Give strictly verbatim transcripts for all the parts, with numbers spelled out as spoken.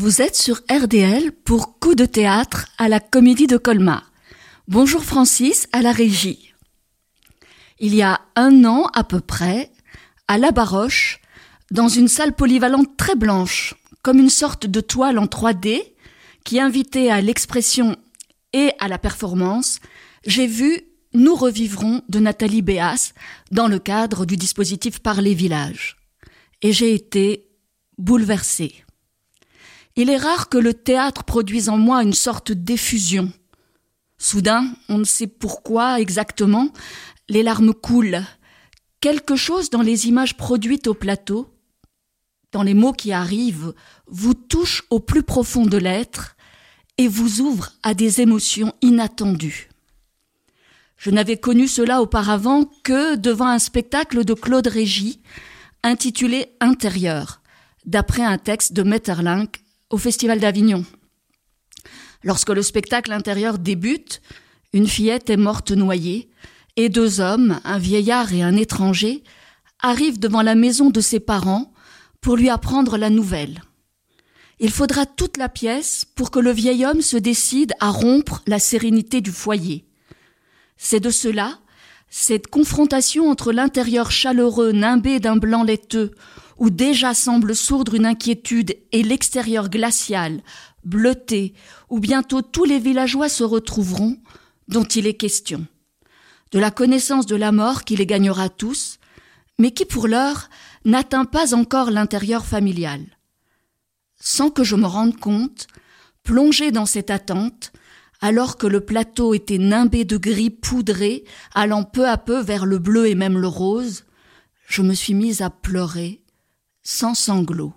Vous êtes sur R D L pour Coup de théâtre à la Comédie de Colmar. Bonjour Francis à la régie. Il y a un an à peu près, à La Baroche, dans une salle polyvalente très blanche, comme une sorte de toile en trois D, qui invitait à l'expression et à la performance, j'ai vu « Nous revivrons » de Nathalie Béas dans le cadre du dispositif Parler Village. Et j'ai été bouleversée. Il est rare que le théâtre produise en moi une sorte d'effusion. Soudain, on ne sait pourquoi exactement, les larmes coulent. Quelque chose dans les images produites au plateau, dans les mots qui arrivent, vous touche au plus profond de l'être et vous ouvre à des émotions inattendues. Je n'avais connu cela auparavant que devant un spectacle de Claude Régis intitulé « Intérieur », d'après un texte de Maeterlinck au Festival d'Avignon. Lorsque le spectacle intérieur débute, une fillette est morte noyée et deux hommes, un vieillard et un étranger, arrivent devant la maison de ses parents pour lui apprendre la nouvelle. Il faudra toute la pièce pour que le vieil homme se décide à rompre la sérénité du foyer. C'est de cela, cette confrontation entre l'intérieur chaleureux nimbé d'un blanc laiteux où déjà semble sourdre une inquiétude et l'extérieur glacial, bleuté, où bientôt tous les villageois se retrouveront, dont il est question. De la connaissance de la mort qui les gagnera tous, mais qui pour l'heure n'atteint pas encore l'intérieur familial. Sans que je me rende compte, plongé dans cette attente, alors que le plateau était nimbé de gris poudré, allant peu à peu vers le bleu et même le rose, je me suis mise à pleurer, sans sanglots.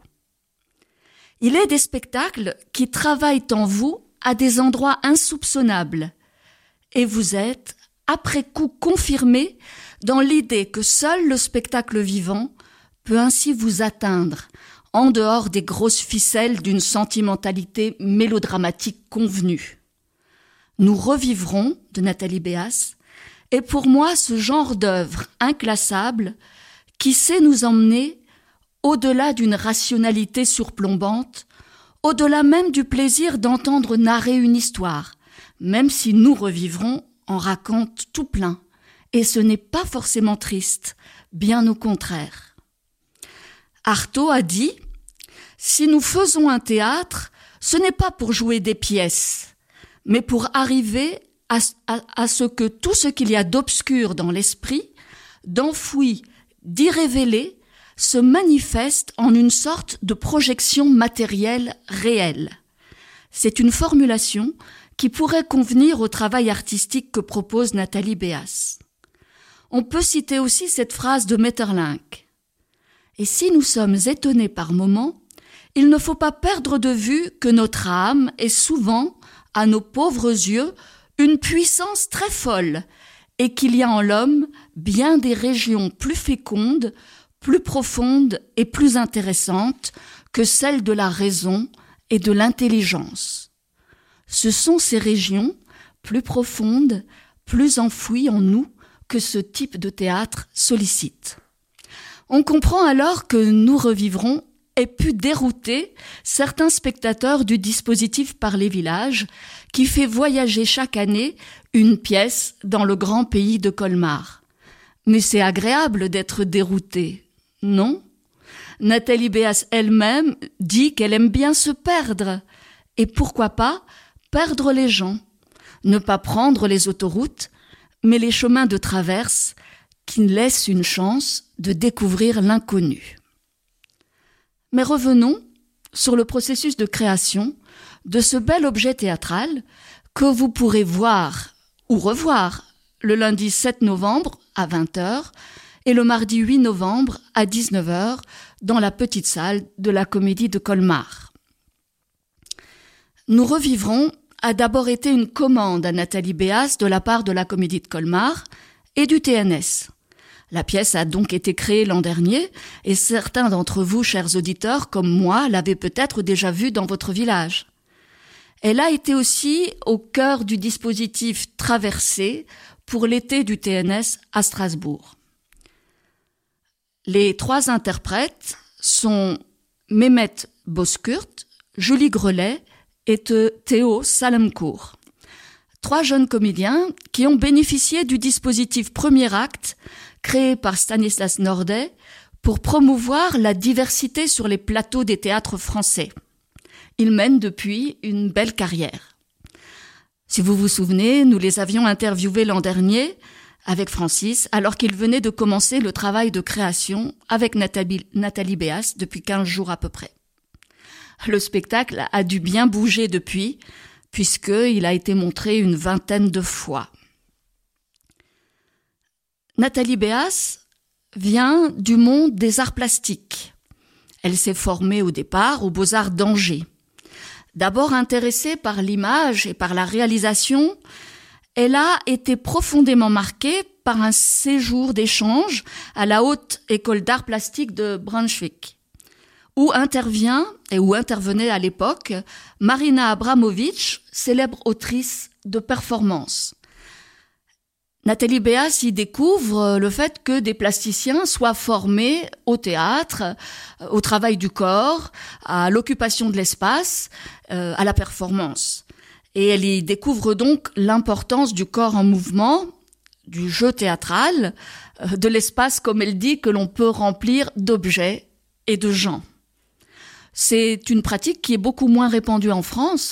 Il est des spectacles qui travaillent en vous à des endroits insoupçonnables, et vous êtes, après coup, confirmé dans l'idée que seul le spectacle vivant peut ainsi vous atteindre, en dehors des grosses ficelles d'une sentimentalité mélodramatique convenue. Nous revivrons, de Nathalie Béas, est pour moi ce genre d'œuvre inclassable qui sait nous emmener au-delà d'une rationalité surplombante, au-delà même du plaisir d'entendre narrer une histoire, même si Nous revivrons en raconte tout plein, et ce n'est pas forcément triste, bien au contraire. Artaud a dit « Si nous faisons un théâtre, ce n'est pas pour jouer des pièces, mais pour arriver à, à, à ce que tout ce qu'il y a d'obscur dans l'esprit, d'enfoui, d'irrévélé, se manifeste en une sorte de projection matérielle réelle. C'est une formulation qui pourrait convenir au travail artistique que propose Nathalie Béas. On peut citer aussi cette phrase de Maeterlinck. Et si nous sommes étonnés par moments, il ne faut pas perdre de vue que notre âme est souvent, à nos pauvres yeux, une puissance très folle et qu'il y a en l'homme bien des régions plus fécondes, plus profonde et plus intéressante que celle de la raison et de l'intelligence. Ce sont ces régions, plus profondes, plus enfouies en nous, que ce type de théâtre sollicite. On comprend alors que Nous revivrons ait pu dérouter certains spectateurs du dispositif Parler Village, qui fait voyager chaque année une pièce dans le grand pays de Colmar. Mais c'est agréable d'être dérouté. Non, Nathalie Béas elle-même dit qu'elle aime bien se perdre. Et pourquoi pas perdre les gens, ne pas prendre les autoroutes, mais les chemins de traverse qui laissent une chance de découvrir l'inconnu. Mais revenons sur le processus de création de ce bel objet théâtral que vous pourrez voir ou revoir le lundi sept novembre à vingt heures et le mardi huit novembre à dix-neuf heures dans la petite salle de la Comédie de Colmar. Nous revivrons a d'abord été une commande à Nathalie Béas de la part de la Comédie de Colmar et du T N S. La pièce a donc été créée l'an dernier et certains d'entre vous, chers auditeurs, comme moi, l'avaient peut-être déjà vue dans votre village. Elle a été aussi au cœur du dispositif Traversée pour l'été du T N S à Strasbourg. Les trois interprètes sont Mehmet Bozkurt, Julie Grelet et Théo Salemcourt. Trois jeunes comédiens qui ont bénéficié du dispositif Premier Acte créé par Stanislas Nordet pour promouvoir la diversité sur les plateaux des théâtres français. Ils mènent depuis une belle carrière. Si vous vous souvenez, nous les avions interviewés l'an dernier avec Francis, alors qu'ils venaient de commencer le travail de création avec Nathalie, Nathalie Béas depuis quinze jours à peu près. Le spectacle a dû bien bouger depuis, puisqu'il a été montré une vingtaine de fois. Nathalie Béas vient du monde des arts plastiques. Elle s'est formée au départ aux Beaux-Arts d'Angers. D'abord intéressée par l'image et par la réalisation, elle a été profondément marquée par un séjour d'échange à la Haute École d'Arts Plastiques de Brunswick, où intervient et où intervenait à l'époque Marina Abramovic, célèbre autrice de performance. Nathalie Béas y découvre le fait que des plasticiens soient formés au théâtre, au travail du corps, à l'occupation de l'espace, à la performance. Et elle y découvre donc l'importance du corps en mouvement, du jeu théâtral, de l'espace, comme elle dit, que l'on peut remplir d'objets et de gens. C'est une pratique qui est beaucoup moins répandue en France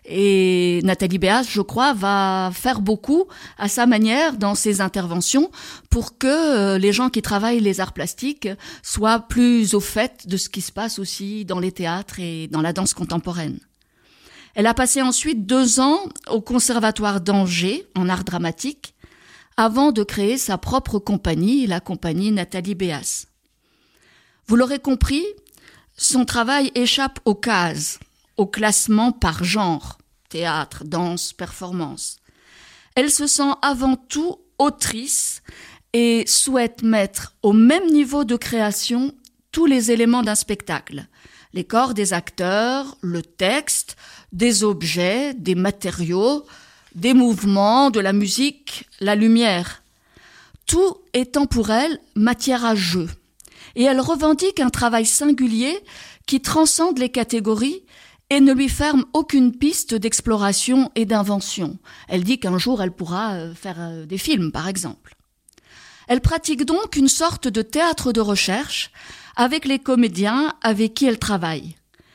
et Nathalie Béas, je crois, va faire beaucoup à sa manière dans ses interventions pour que les gens qui travaillent les arts plastiques soient plus au fait de ce qui se passe aussi dans les théâtres et dans la danse contemporaine. Elle a passé ensuite deux ans au Conservatoire d'Angers en art dramatique avant de créer sa propre compagnie, la compagnie Nathalie Béas. Vous l'aurez compris, son travail échappe aux cases, au classement par genre, théâtre, danse, performance. Elle se sent avant tout autrice et souhaite mettre au même niveau de création tous les éléments d'un spectacle. Les corps des acteurs, le texte, des objets, des matériaux, des mouvements, de la musique, la lumière. Tout étant pour elle matière à jeu. Et elle revendique un travail singulier qui transcende les catégories et ne lui ferme aucune piste d'exploration et d'invention. Elle dit qu'un jour elle pourra faire des films, par exemple. Elle pratique donc une sorte de théâtre de recherche avec les comédiens avec qui elle travaille.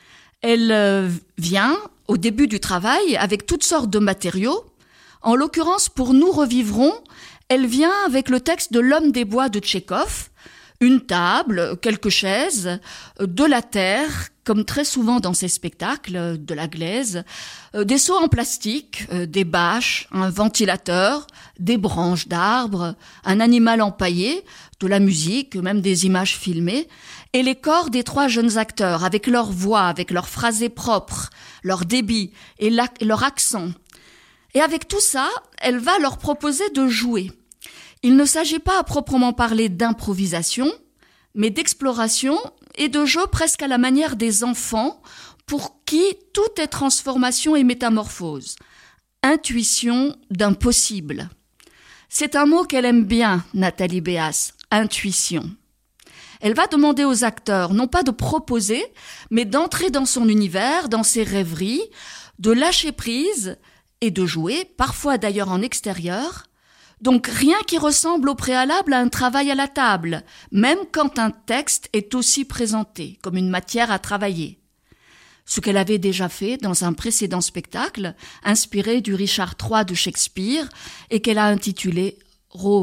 Elle vient au début du travail avec toutes sortes de matériaux. En l'occurrence, pour Nous revivrons, elle vient avec le texte de L'homme des bois de Tchekhov, une table, quelques chaises, de la terre, comme très souvent dans ces spectacles, de la glaise, des seaux en plastique, des bâches, un ventilateur, des branches d'arbres, un animal empaillé, de la musique, même des images filmées, et les corps des trois jeunes acteurs, avec leur voix, avec leur phrasé propre, leur débit et leur accent. Et avec tout ça, elle va leur proposer de jouer. Il ne s'agit pas à proprement parler d'improvisation, mais d'exploration et de jeu presque à la manière des enfants pour qui tout est transformation et métamorphose. Intuition d'un possible. C'est un mot qu'elle aime bien, Nathalie Béas, intuition. Elle va demander aux acteurs non pas de proposer, mais d'entrer dans son univers, dans ses rêveries, de lâcher prise et de jouer, parfois d'ailleurs en extérieur. Donc rien qui ressemble au préalable à un travail à la table, même quand un texte est aussi présenté comme une matière à travailler. Ce qu'elle avait déjà fait dans un précédent spectacle, inspiré du Richard trois de Shakespeare, et qu'elle a intitulé « Rose ».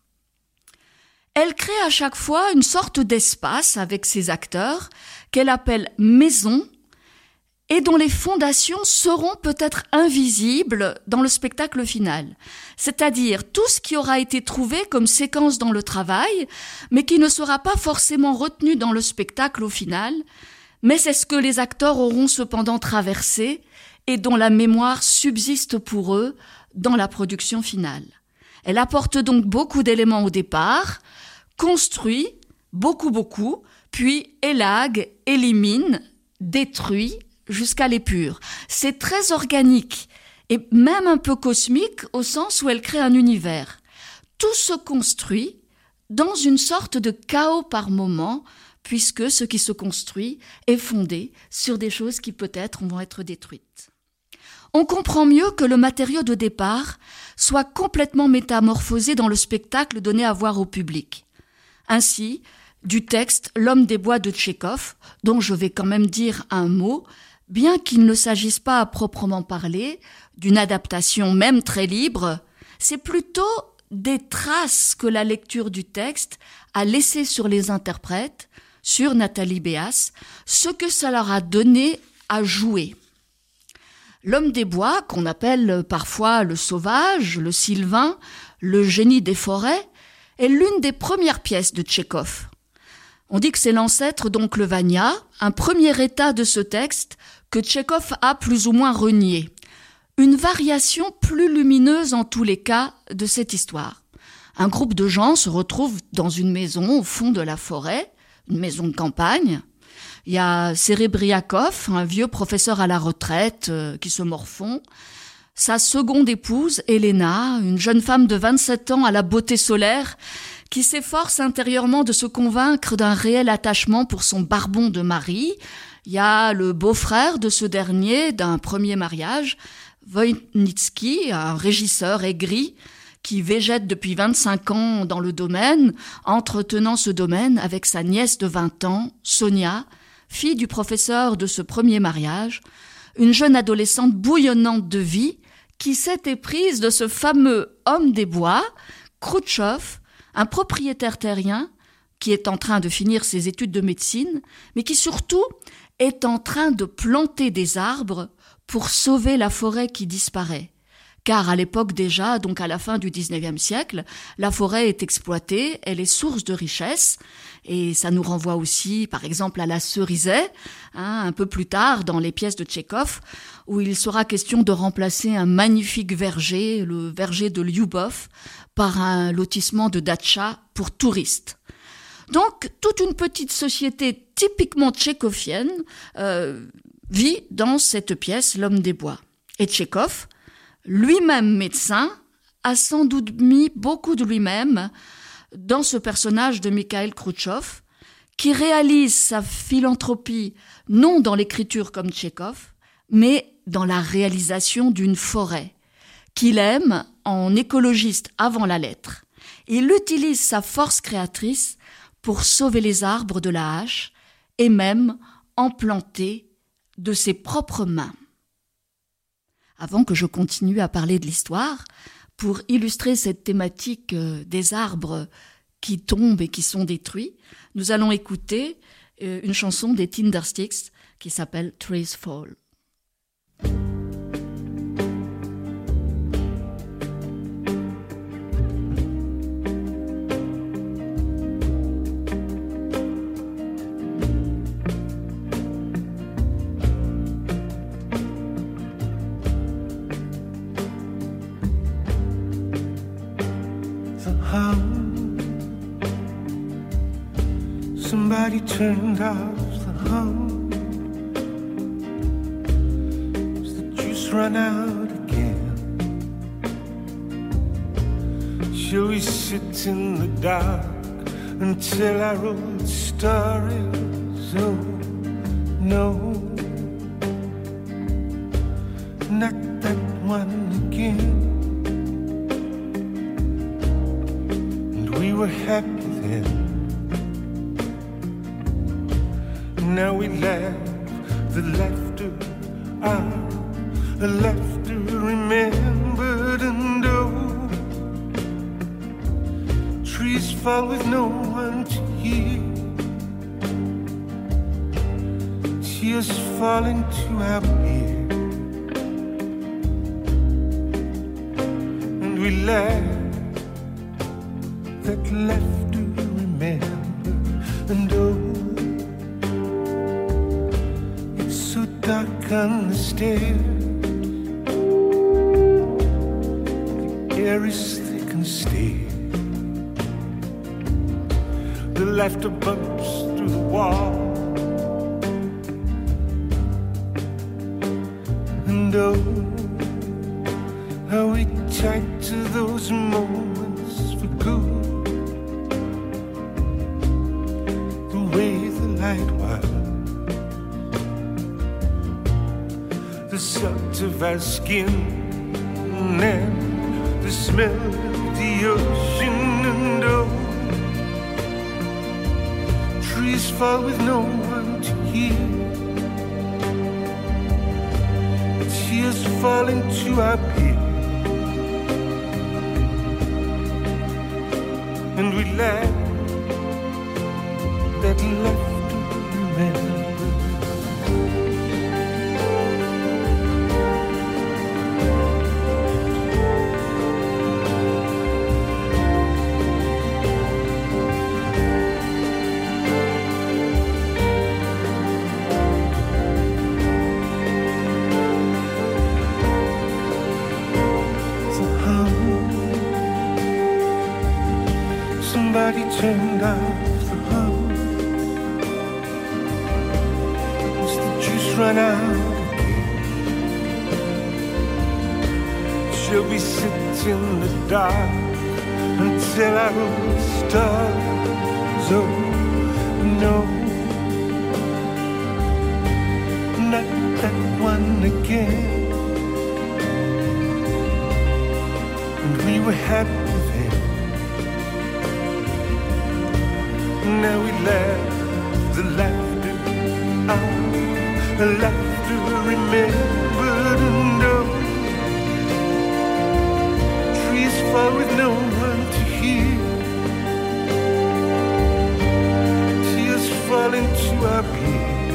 Elle crée à chaque fois une sorte d'espace avec ses acteurs, qu'elle appelle « maison », et dont les fondations seront peut-être invisibles dans le spectacle final. C'est-à-dire tout ce qui aura été trouvé comme séquence dans le travail, mais qui ne sera pas forcément retenu dans le spectacle au final, mais c'est ce que les acteurs auront cependant traversé et dont la mémoire subsiste pour eux dans la production finale. Elle apporte donc beaucoup d'éléments au départ, construit, beaucoup beaucoup, puis élague, élimine, détruit, jusqu'à l'épure. C'est très organique et même un peu cosmique au sens où elle crée un univers. Tout se construit dans une sorte de chaos par moment, puisque ce qui se construit est fondé sur des choses qui peut-être vont être détruites. On comprend mieux que le matériau de départ soit complètement métamorphosé dans le spectacle donné à voir au public. Ainsi, du texte « L'homme des bois » de Tchekhov, dont je vais quand même dire un mot, bien qu'il ne s'agisse pas à proprement parler d'une adaptation même très libre, c'est plutôt des traces que la lecture du texte a laissées sur les interprètes, sur Nathalie Béas, ce que ça leur a donné à jouer. L'homme des bois, qu'on appelle parfois le sauvage, le sylvain, le génie des forêts, est l'une des premières pièces de Tchekhov. On dit que c'est l'ancêtre d'Oncle Vania, un premier état de ce texte que Tchekhov a plus ou moins renié. Une variation plus lumineuse en tous les cas de cette histoire. Un groupe de gens se retrouve dans une maison au fond de la forêt, une maison de campagne. Il y a Serebriakov, un vieux professeur à la retraite euh, qui se morfond. Sa seconde épouse, Elena, une jeune femme de vingt-sept ans à la beauté solaire, qui s'efforce intérieurement de se convaincre d'un réel attachement pour son barbon de mari. Il y a le beau-frère de ce dernier, d'un premier mariage, Voïnitsky, un régisseur aigri, qui végète depuis vingt-cinq ans dans le domaine, entretenant ce domaine avec sa nièce de vingt ans, Sonia, fille du professeur de ce premier mariage, une jeune adolescente bouillonnante de vie qui s'est éprise de ce fameux homme des bois, Khrouchtchev, un propriétaire terrien qui est en train de finir ses études de médecine, mais qui surtout est en train de planter des arbres pour sauver la forêt qui disparaît. Car à l'époque déjà, donc à la fin du dix-neuvième siècle, la forêt est exploitée, elle est source de richesse, et ça nous renvoie aussi, par exemple, à la Cerizay, hein, un peu plus tard dans les pièces de Tchekhov, où il sera question de remplacer un magnifique verger, le verger de Lyubov, par un lotissement de datcha pour touristes. Donc, toute une petite société typiquement tchékovienne euh, vit dans cette pièce, L'homme des bois. Et Tchekhov, lui-même médecin, a sans doute mis beaucoup de lui-même dans ce personnage de Mikhail Khrouchtchev, qui réalise sa philanthropie non dans l'écriture comme Tchekhov, mais dans la réalisation d'une forêt, qu'il aime en écologiste avant la lettre. Il utilise sa force créatrice pour sauver les arbres de la hache et même en planter de ses propres mains. Avant que je continue à parler de l'histoire, pour illustrer cette thématique des arbres qui tombent et qui sont détruits, nous allons écouter une chanson des Tindersticks qui s'appelle « Trees Fall ». Somebody turned off the hum. Has the juice run out again? Shall we sit in the dark until our old stories? Oh, no, not that one again. And we were happy then. Now we laugh, the laughter, ah, the laughter remembered. And oh, trees fall with no one to hear, tears fall into our beer, and we laugh, that laughter remembered. And oh, dark on the stairs, the air is thick and stale, the laughter bumps through the wall, and oh, how we tied to those moments for good, the way the light while the salt of our skin and the smell of the ocean and oh, trees fall with no one to hear, tears fall into our pit, and we laugh that left to remember. Somebody turned off the hose. As the juice run out again, shall we sit in the dark until our own stars? Oh no, not that one again. And we were happy then. Now we laugh the laughter, ah, the laughter remembered and oh, trees fall with no one to hear, tears fall into our beer,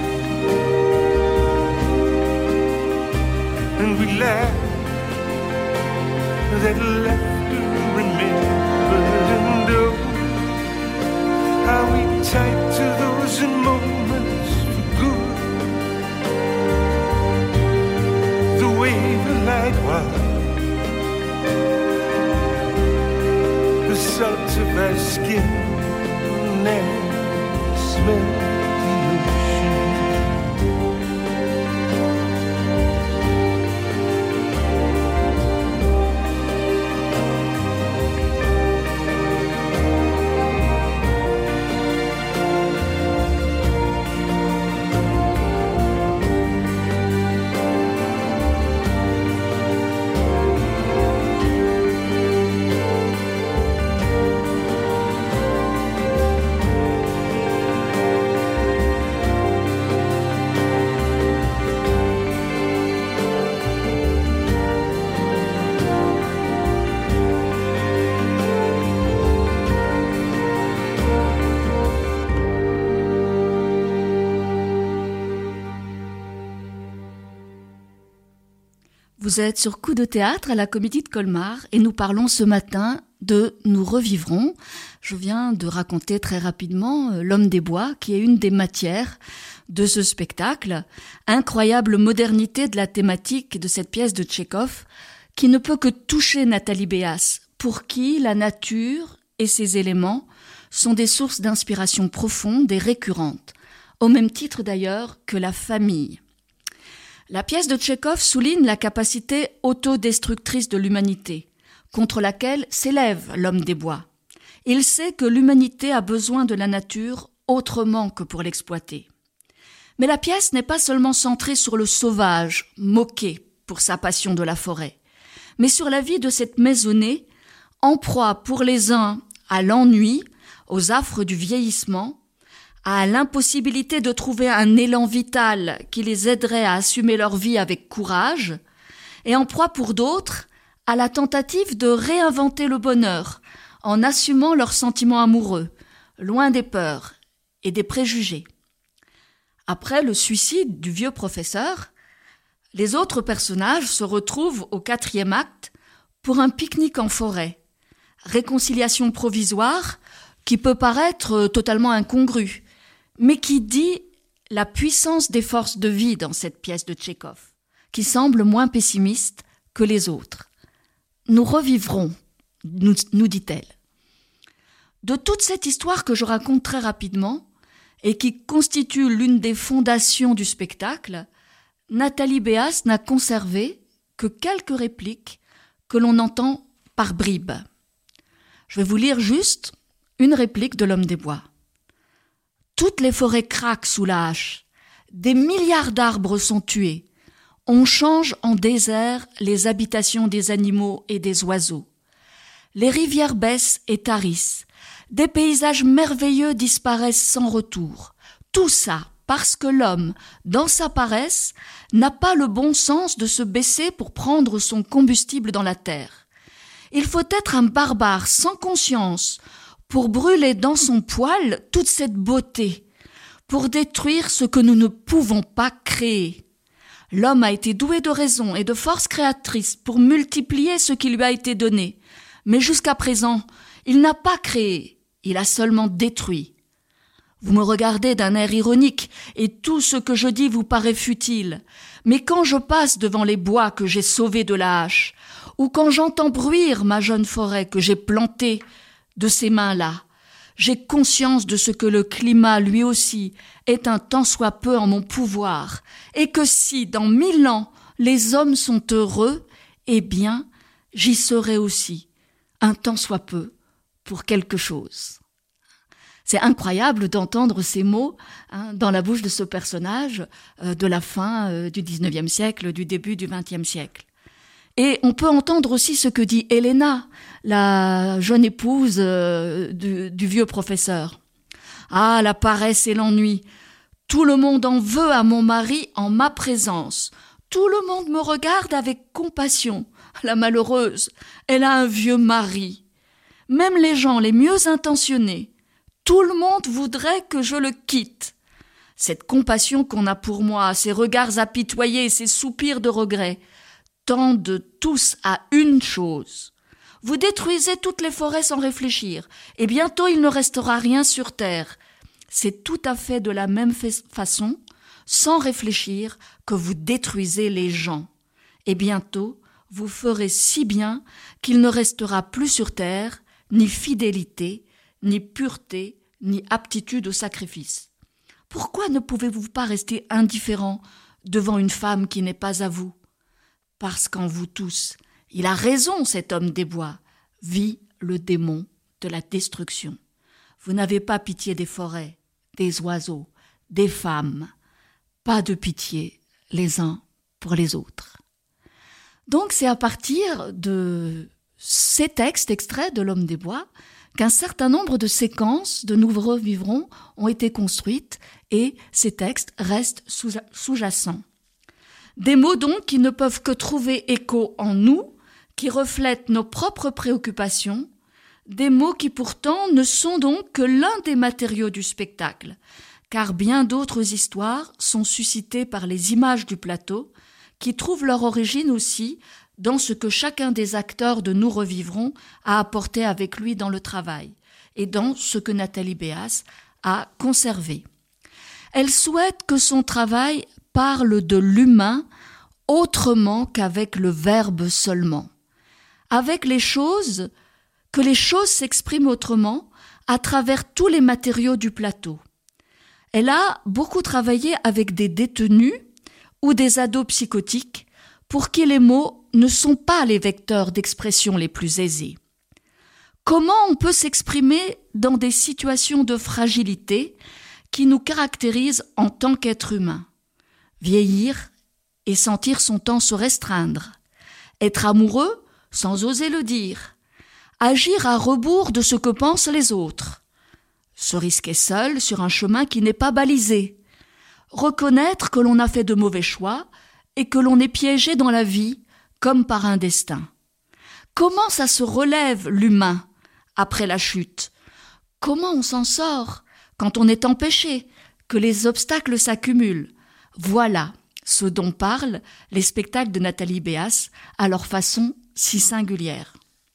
and we laugh that laughter remembered and oh, how we tied to those moments for good. The way the light was, the salt of our skin, and smell the ocean. Vous êtes sur Coup de théâtre à la Comédie de Colmar et nous parlons ce matin de Nous revivrons. Je viens de raconter très rapidement L'Homme des Bois, qui est une des matières de ce spectacle. Incroyable modernité de la thématique de cette pièce de Tchekhov, qui ne peut que toucher Nathalie Béas, pour qui la nature et ses éléments sont des sources d'inspiration profondes et récurrentes, au même titre d'ailleurs que la famille. La pièce de Tchekhov souligne la capacité autodestructrice de l'humanité, contre laquelle s'élève l'homme des bois. Il sait que l'humanité a besoin de la nature autrement que pour l'exploiter. Mais la pièce n'est pas seulement centrée sur le sauvage, moqué pour sa passion de la forêt, mais sur la vie de cette maisonnée, en proie pour les uns à l'ennui, aux affres du vieillissement, à l'impossibilité de trouver un élan vital qui les aiderait à assumer leur vie avec courage, et en proie pour d'autres à la tentative de réinventer le bonheur en assumant leurs sentiments amoureux, loin des peurs et des préjugés. Après le suicide du vieux professeur, les autres personnages se retrouvent au quatrième acte pour un pique-nique en forêt, réconciliation provisoire qui peut paraître totalement incongrue, mais qui dit la puissance des forces de vie dans cette pièce de Tchekhov, qui semble moins pessimiste que les autres. Nous revivrons, nous, nous dit-elle. De toute cette histoire que je raconte très rapidement, et qui constitue l'une des fondations du spectacle, Nathalie Béas n'a conservé que quelques répliques que l'on entend par bribes. Je vais vous lire juste une réplique de L'Homme des Bois. Toutes les forêts craquent sous la hache. Des milliards d'arbres sont tués. On change en désert les habitations des animaux et des oiseaux. Les rivières baissent et tarissent. Des paysages merveilleux disparaissent sans retour. Tout ça parce que l'homme, dans sa paresse, n'a pas le bon sens de se baisser pour prendre son combustible dans la terre. Il faut être un barbare sans conscience pour brûler dans son poêle toute cette beauté, pour détruire ce que nous ne pouvons pas créer. L'homme a été doué de raison et de force créatrice pour multiplier ce qui lui a été donné, mais jusqu'à présent, il n'a pas créé, il a seulement détruit. Vous me regardez d'un air ironique et tout ce que je dis vous paraît futile. Mais quand je passe devant les bois que j'ai sauvés de la hache, ou quand j'entends bruire ma jeune forêt que j'ai plantée de ces mains-là, j'ai conscience de ce que le climat, lui aussi, est un tant soit peu en mon pouvoir, et que si, dans mille ans, les hommes sont heureux, eh bien, j'y serai aussi, un tant soit peu, pour quelque chose. C'est incroyable d'entendre ces mots hein, dans la bouche de ce personnage euh, de la fin euh, du dix-neuvième siècle, du début du vingtième siècle. Et on peut entendre aussi ce que dit Helena, la jeune épouse euh, du, du vieux professeur. « Ah, la paresse et l'ennui. Tout le monde en veut à mon mari en ma présence. Tout le monde me regarde avec compassion. La malheureuse, elle a un vieux mari. Même les gens les mieux intentionnés, tout le monde voudrait que je le quitte. Cette compassion qu'on a pour moi, ces regards apitoyés, ces soupirs de regret, tendent tous à une chose. Vous détruisez toutes les forêts sans réfléchir, et bientôt il ne restera rien sur terre. C'est tout à fait de la même façon, sans réfléchir, que vous détruisez les gens. Et bientôt, vous ferez si bien qu'il ne restera plus sur terre ni fidélité, ni pureté, ni aptitude au sacrifice. Pourquoi ne pouvez-vous pas rester indifférent devant une femme qui n'est pas à vous ? Parce qu'en vous tous, il a raison cet homme des bois, vit le démon de la destruction. Vous n'avez pas pitié des forêts, des oiseaux, des femmes, pas de pitié les uns pour les autres. Donc c'est à partir de ces textes extraits de l'homme des bois qu'un certain nombre de séquences de Nous revivrons ont été construites et ces textes restent sous-jacents. Des mots donc qui ne peuvent que trouver écho en nous, qui reflètent nos propres préoccupations, des mots qui pourtant ne sont donc que l'un des matériaux du spectacle, car bien d'autres histoires sont suscitées par les images du plateau, qui trouvent leur origine aussi dans ce que chacun des acteurs de Nous revivrons a apporté avec lui dans le travail, et dans ce que Nathalie Béas a conservé. Elle souhaite que son travail parle de l'humain autrement qu'avec le verbe seulement, avec les choses, que les choses s'expriment autrement à travers tous les matériaux du plateau. Elle a beaucoup travaillé avec des détenus ou des ados psychotiques pour qui les mots ne sont pas les vecteurs d'expression les plus aisés. Comment on peut s'exprimer dans des situations de fragilité qui nous caractérisent en tant qu'être humain ? Vieillir et sentir son temps se restreindre, être amoureux sans oser le dire, agir à rebours de ce que pensent les autres, se risquer seul sur un chemin qui n'est pas balisé, reconnaître que l'on a fait de mauvais choix et que l'on est piégé dans la vie comme par un destin. Comment ça se relève l'humain après la chute ? Comment on s'en sort quand on est empêché, que les obstacles s'accumulent ? Voilà ce dont parlent les spectacles de Nathalie Béas à leur façon si singulière.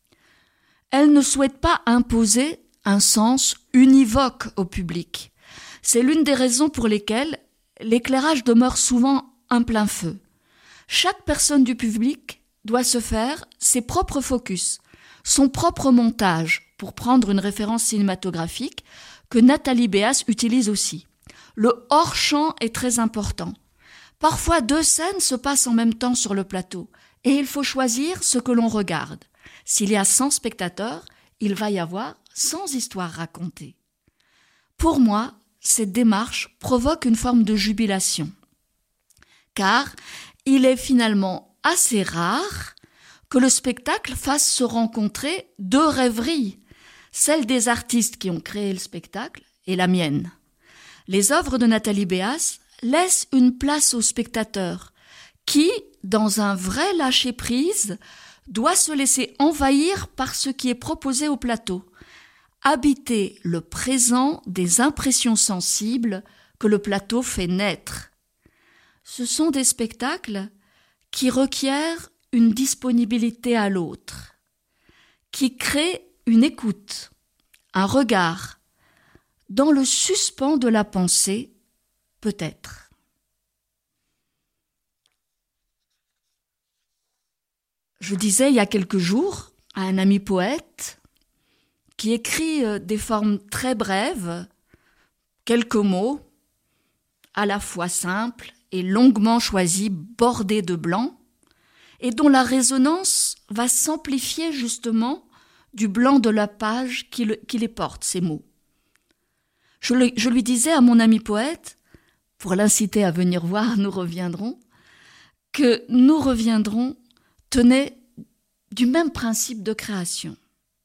Elle ne souhaite pas imposer un sens univoque au public. C'est l'une des raisons pour lesquelles l'éclairage demeure souvent un plein feu. Chaque personne du public doit se faire ses propres focus, son propre montage, pour prendre une référence cinématographique que Nathalie Béas utilise aussi. Le hors-champ est très important. Parfois, deux scènes se passent en même temps sur le plateau et il faut choisir ce que l'on regarde. S'il y a cent spectateurs, il va y avoir cent histoires racontées. Pour moi, cette démarche provoque une forme de jubilation, car il est finalement assez rare que le spectacle fasse se rencontrer deux rêveries, celle des artistes qui ont créé le spectacle et la mienne. Les œuvres de Nathalie Béas laissent une place au spectateur qui, dans un vrai lâcher-prise, doit se laisser envahir par ce qui est proposé au plateau, habiter le présent des impressions sensibles que le plateau fait naître. Ce sont des spectacles qui requièrent une disponibilité à l'autre, qui créent une écoute, un regard, dans le suspens de la pensée, peut-être. Je disais il y a quelques jours à un ami poète qui écrit des formes très brèves, quelques mots, à la fois simples et longuement choisis, bordés de blanc, et dont la résonance va s'amplifier justement du blanc de la page qui, le, qui les porte, ces mots. Je, le, je lui disais à mon ami poète, pour l'inciter à venir voir, nous reviendrons, que nous reviendrons tenait du même principe de création.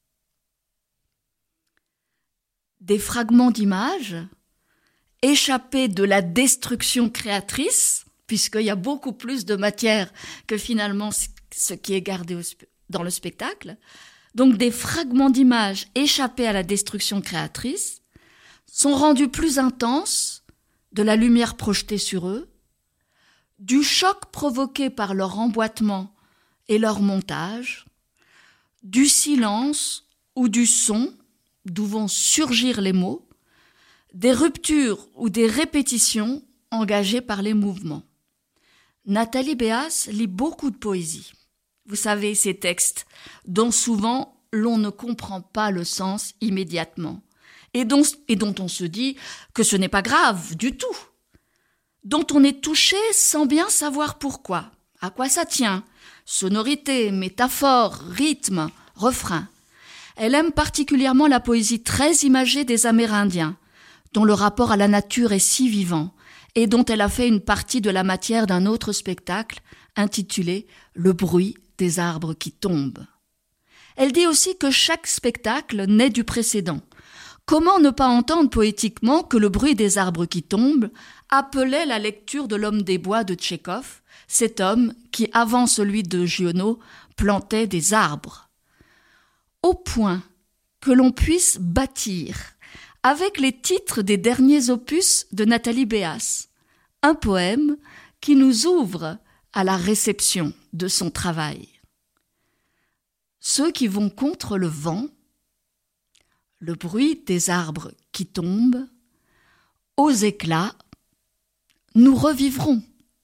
Des fragments d'images échappés de la destruction créatrice, puisqu'il y a beaucoup plus de matière que finalement ce qui est gardé au, dans le spectacle. Donc des fragments d'images échappés à la destruction créatrice sont rendus plus intenses de la lumière projetée sur eux, du choc provoqué par leur emboîtement et leur montage, du silence ou du son d'où vont surgir les mots, des ruptures ou des répétitions engagées par les mouvements. Nathalie Béas lit beaucoup de poésie. Vous savez, ces textes dont souvent l'on ne comprend pas le sens immédiatement et dont, et dont on se dit que ce n'est pas grave du tout, dont on est touché sans bien savoir pourquoi, à quoi ça tient, sonorité, métaphore, rythme, refrain. Elle aime particulièrement la poésie très imagée des Amérindiens, dont le rapport à la nature est si vivant, et dont elle a fait une partie de la matière d'un autre spectacle intitulé « Le bruit des arbres qui tombent ». Elle dit aussi que chaque spectacle naît du précédent. Comment ne pas entendre poétiquement que le bruit des arbres qui tombent appelait la lecture de L'Homme des bois de Tchekhov, cet homme qui, avant celui de Giono, plantait des arbres. Au point que l'on puisse bâtir avec les titres des derniers opus de Nathalie Béas, un poème qui nous ouvre à la réception de son travail. Ceux qui vont contre le vent, le bruit des arbres qui tombent, aux éclats, nous revivrons.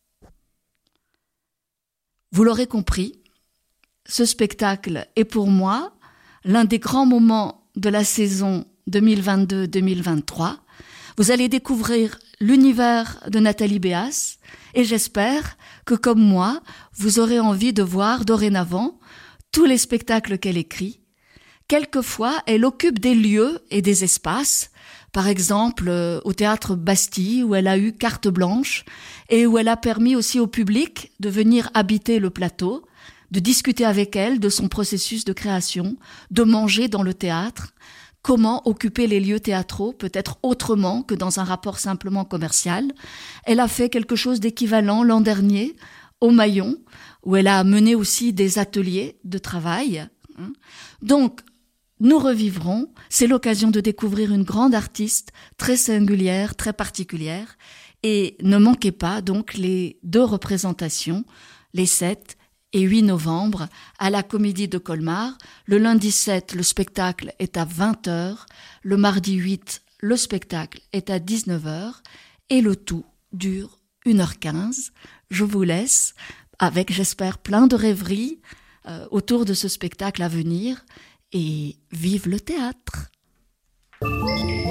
Vous l'aurez compris, ce spectacle est pour moi l'un des grands moments de la saison deux mille vingt-deux deux mille vingt-trois. Vous allez découvrir l'univers de Nathalie Béas et j'espère que, comme moi, vous aurez envie de voir dorénavant tous les spectacles qu'elle écrit. Quelquefois, elle occupe des lieux et des espaces, par exemple euh, au Théâtre Bastille, où elle a eu carte blanche et où elle a permis aussi au public de venir habiter le plateau, de discuter avec elle de son processus de création, de manger dans le théâtre. Comment occuper les lieux théâtraux, peut-être autrement que dans un rapport simplement commercial. Elle a fait quelque chose d'équivalent l'an dernier au Maillon, où elle a mené aussi des ateliers de travail. Donc, nous revivrons. C'est l'occasion de découvrir une grande artiste très singulière, très particulière. Et ne manquez pas donc les deux représentations, les sept et huit novembre, à la Comédie de Colmar. Le lundi sept, le spectacle est à vingt heures. Le mardi huit, le spectacle est à dix-neuf heures. Et le tout dure une heure quinze. Je vous laisse avec, j'espère, plein de rêveries euh, autour de ce spectacle à venir. Et vive le théâtre!